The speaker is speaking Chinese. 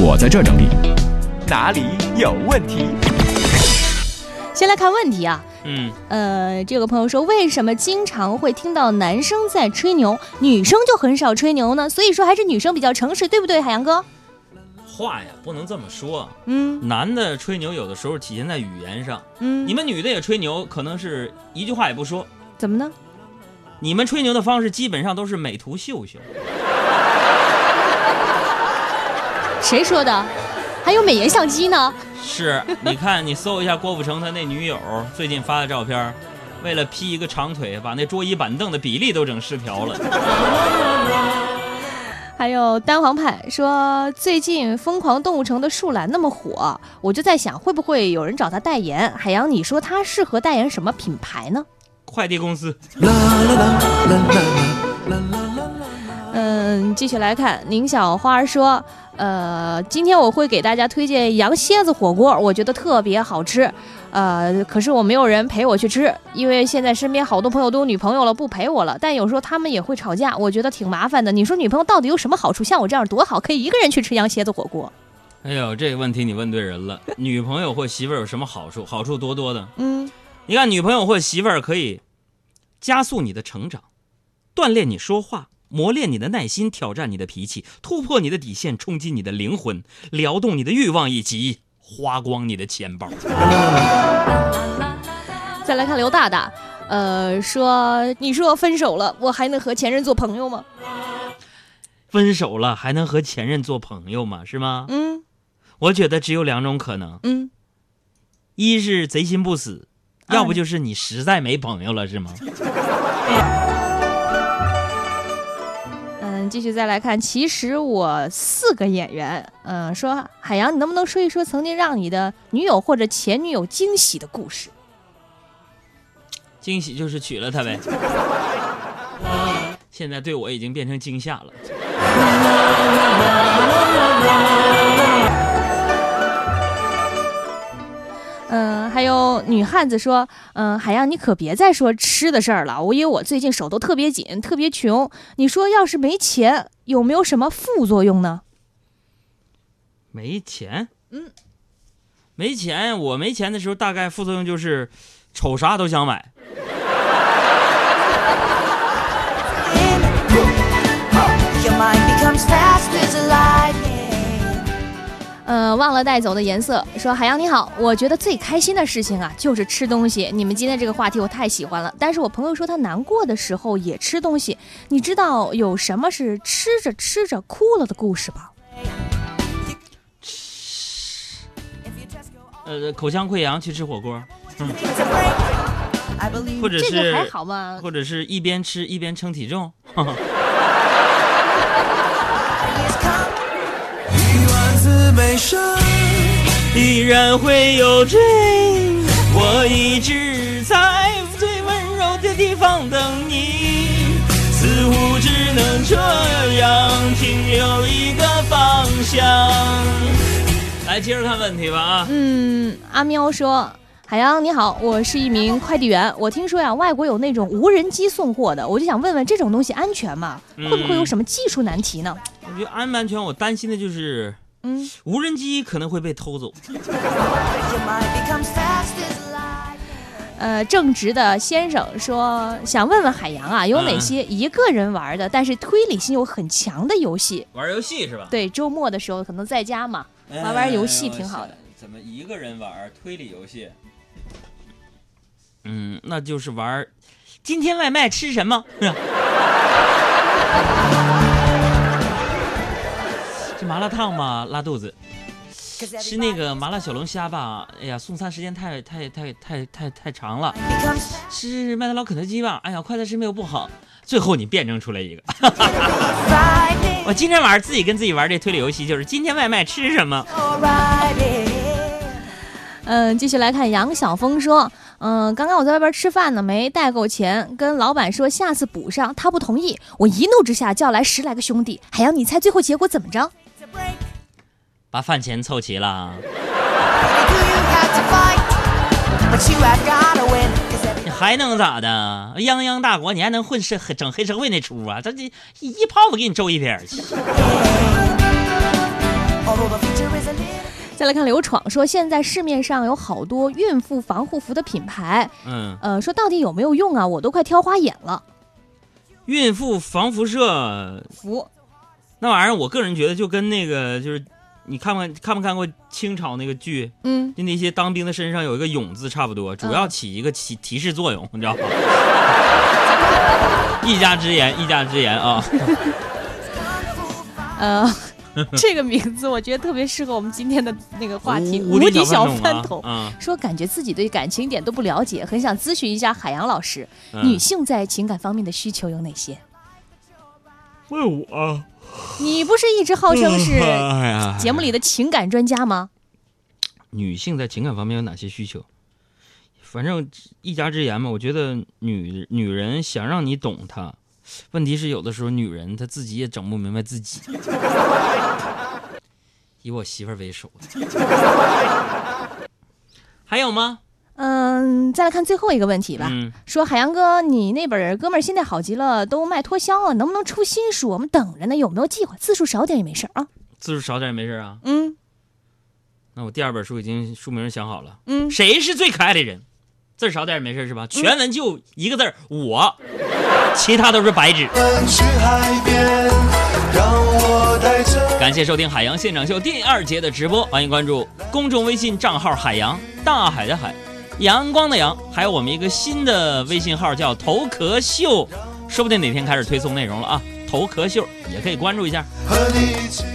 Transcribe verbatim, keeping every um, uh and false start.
我在这儿整理。 哪里有问题？ 先来看问题啊， 嗯， 呃，这个朋友说，为什么经常会听到男生在吹牛，女生就很少吹牛呢？所以说还是女生比较诚实，对不对，海洋哥？ 话呀不能这么说， 嗯， 男的吹牛有的时候体现在语言上， 嗯， 你们女的也吹牛，可能是一句话也不说。 怎么呢？ 你们吹牛的方式基本上都是美图秀秀。 谁说的？还有美颜相机呢。 是，你看你搜一下郭富城他那女友最近发的照片，为了 P 一个长腿，把那桌椅板凳的比例都整失调了。 还有单黄派说，最近疯狂动物城的树懒那么火，我就在想会不会有人找他代言。海洋，你说他适合代言什么品牌呢？ 快递公司。 嗯，继续来看，宁小花说，呃，今天我会给大家推荐羊蝎子火锅，我觉得特别好吃，呃，可是我没有人陪我去吃，因为现在身边好多朋友都有女朋友了，不陪我了，但有时候他们也会吵架，我觉得挺麻烦的。你说女朋友到底有什么好处？像我这样多好，可以一个人去吃羊蝎子火锅。 哎呦，这个问题你问对人了。女朋友或媳妇儿有什么好处？好处多多的。 嗯， 你看，女朋友或媳妇儿可以加速你的成长，锻炼你说话，磨练你的耐心，挑战你的脾气，突破你的底线，冲击你的灵魂，撩动你的欲望，以及花光你的钱包。 再来看刘大大，呃，说你说分手了，我还能和前任做朋友吗？ 分手了还能和前任做朋友吗？是吗？ 嗯， 我觉得只有两种可能。 嗯， 一是贼心不死，要不就是你实在没朋友了，是吗？ 嗯，继续再来看，其实我四个演员，嗯，说海洋，你能不能说一说曾经让你的女友或者前女友惊喜的故事？ 惊喜就是娶了她呗。现在对我已经变成惊吓了。 嗯，还有女汉子说，嗯，海洋，你可别再说吃的事儿了，我因为我最近手头特别紧，特别穷。你说要是没钱，有没有什么副作用呢？ 没钱？ 嗯， 没钱。我没钱的时候，大概副作用就是瞅啥都想买。 呃，忘了带走的颜色说，海洋你好，我觉得最开心的事情啊就是吃东西。你们今天这个话题我太喜欢了，但是我朋友说他难过的时候也吃东西。你知道有什么是吃着吃着哭了的故事吧？ 呃，口腔溃疡去吃火锅，嗯，或者是这个还好吗？ 或者是一边吃一边称体重。依然会有罪，我一直在最温柔的地方等你，似乎只能这样停留一个方向。来，接着看问题吧啊。 嗯，阿喵说，海洋你好，我是一名快递员，我听说呀外国有那种无人机送货的，我就想问问这种东西安全吗？ 嗯、 会不会有什么技术难题呢？ 我觉得安不安全，我担心的就是嗯， 无人机可能会被偷走。 呃，正直的先生说，想问问海洋啊，有哪些一个人玩的，嗯、但是推理性又很强的游戏？ 玩游戏是吧？ 对，周末的时候可能在家嘛，玩玩游戏挺好的。 怎么一个人玩推理游戏？嗯，那就是玩今天外卖吃什么？这麻辣烫吧，拉肚子。吃那个麻辣小龙虾吧，哎呀，送餐时间太太太太太太长了。吃麦当劳、肯德基吧，哎呀，快餐师没有不好。最后你辩证出来一个。我今天晚上自己跟自己玩这推理游戏，就是今天外卖吃什么。 嗯，继续来看杨晓峰说，嗯，刚刚我在外边吃饭呢，没带够钱，跟老板说下次补上，他不同意，我一怒之下叫来十来个兄弟，海洋，你猜最后结果怎么着？ 把饭钱凑齐了。你还能咋的？泱泱大国，你还能混社整黑社会那出啊？这这一炮我给你周一边去。 再来看刘闯说，现在市面上有好多孕妇防护服的品牌， 嗯， 呃，说到底有没有用啊？我都快挑花眼了。 孕妇防辐射服， 那玩意儿，我个人觉得就跟那个就是你看没看没看过清朝那个剧？ 嗯， 就那些当兵的身上有一个勇字差不多，主要起一个提提示作用，你知道吗？一家之言，一家之言啊。 呃，这个名字我觉得特别适合我们今天的那个话题—— 无敌小饭饭桶。 啊、 说感觉自己对感情一点都不了解，很想咨询一下海洋老师， 嗯、 女性在情感方面的需求有哪些？ 问我？ 你不是一直号称是节目里的情感专家吗？ 女性在情感方面有哪些需求？反正一家之言嘛，我觉得女女人想让你懂她，问题是有的时候女人她自己也整不明白自己。以我媳妇儿为首的。还有吗？ 嗯，再来看最后一个问题吧。 嗯、 说海洋哥，你那本哥们儿现在好极了，都卖脱销了，能不能出新书？我们等着呢，有没有计划？字数少点也没事啊。 字数少点也没事啊。 嗯， 那我第二本书已经书名想好了。 嗯， 谁是最可爱的人？字少点也没事是吧？全文就一个字、嗯、我，其他都是白纸。感谢收听海洋现场秀第二节的直播，欢迎关注公众微信账号海洋，大海的海，阳光的阳，还有我们一个新的微信号叫头壳秀，说不定哪天开始推送内容了啊！头壳秀也可以关注一下。和你